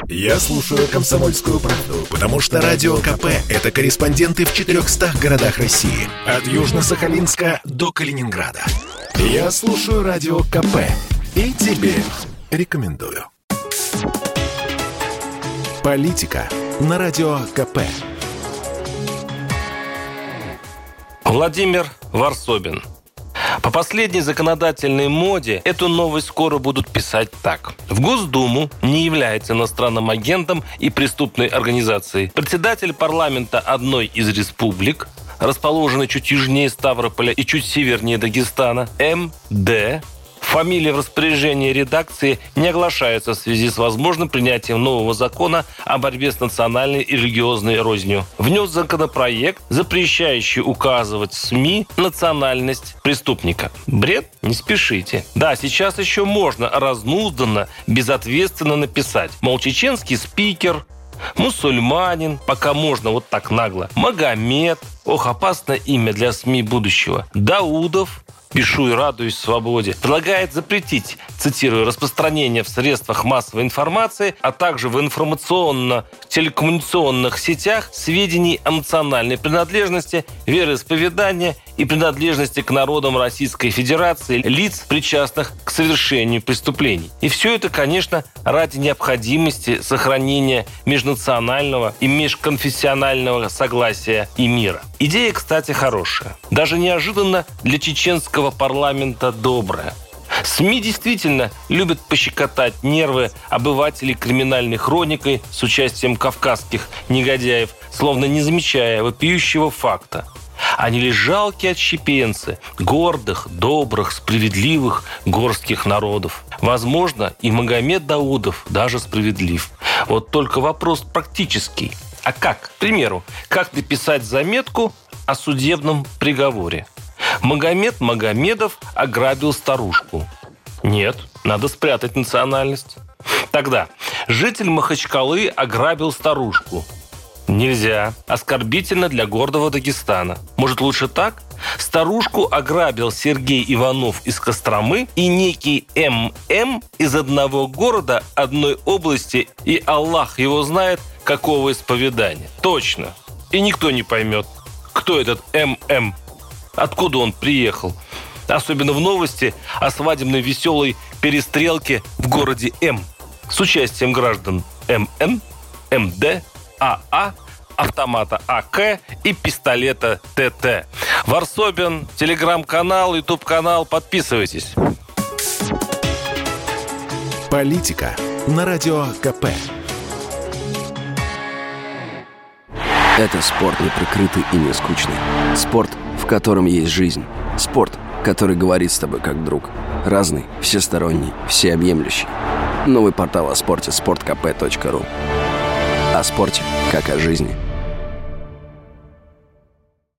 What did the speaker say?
Я слушаю «Комсомольскую правду», потому что Радио КП – это корреспонденты в 400 городах России. От Южно-Сахалинска до Калининграда. Я слушаю Радио КП и тебе рекомендую. Политика на Радио КП. Владимир Варсобин. По последней законодательной моде эту новость скоро будут писать так. В Госдуму не является иностранным агентом и преступной организацией председатель парламента одной из республик, расположенной чуть южнее Ставрополя и чуть севернее Дагестана, М.Д. Фамилия в распоряжении редакции не оглашается в связи с возможным принятием нового закона о борьбе с национальной и религиозной рознью. Внес законопроект, запрещающий указывать в СМИ национальность преступника. Бред? Не спешите. Да, сейчас еще можно разнузданно, безответственно написать. Мол, чеченский спикер, мусульманин, пока можно вот так нагло. Магомед, ох, опасное имя для СМИ будущего. Даудов, пишу и радуюсь свободе, предлагает запретить, распространение в средствах массовой информации, а также в информационно-телекоммуникационных сетях сведений о национальной принадлежности, вероисповедании и принадлежности к народам Российской Федерации лиц, причастных к совершению преступлений. И все это, конечно, ради необходимости сохранения межнационального и межконфессионального согласия и мира. Идея, кстати, хорошая. Даже неожиданно для чеченского парламента добрая. СМИ действительно любят пощекотать нервы обывателей криминальной хроникой с участием кавказских негодяев, словно не замечая вопиющего факта. Они лишь жалкие отщепенцы гордых, добрых, справедливых горских народов. Возможно, и Магомед Даудов даже справедлив. Вот только вопрос практический. А как? К примеру, как написать заметку о судебном приговоре? Магомед Магомедов ограбил старушку. Нет, надо спрятать национальность. Тогда житель Махачкалы ограбил старушку. Нельзя. Оскорбительно для гордого Дагестана. Может, лучше так? Старушку ограбил Сергей Иванов из Костромы и некий М.М. из одного города, одной области, и Аллах его знает, какого исповедания. Точно. И никто не поймет, кто этот М.М., откуда он приехал. Особенно в новости о свадебной веселой перестрелке в городе М. с участием граждан М.Н., М.Д., А.А., автомата АК и пистолета ТТ. Варсобин, телеграм-канал, ютуб-канал. Подписывайтесь. Политика на Радио КП. Это спорт неприкрытый и не скучный. Спорт, в котором есть жизнь. Спорт, который говорит с тобой как друг. Разный, всесторонний, всеобъемлющий. Новый портал о спорте – sportkp.ru. О спорте, как о жизни.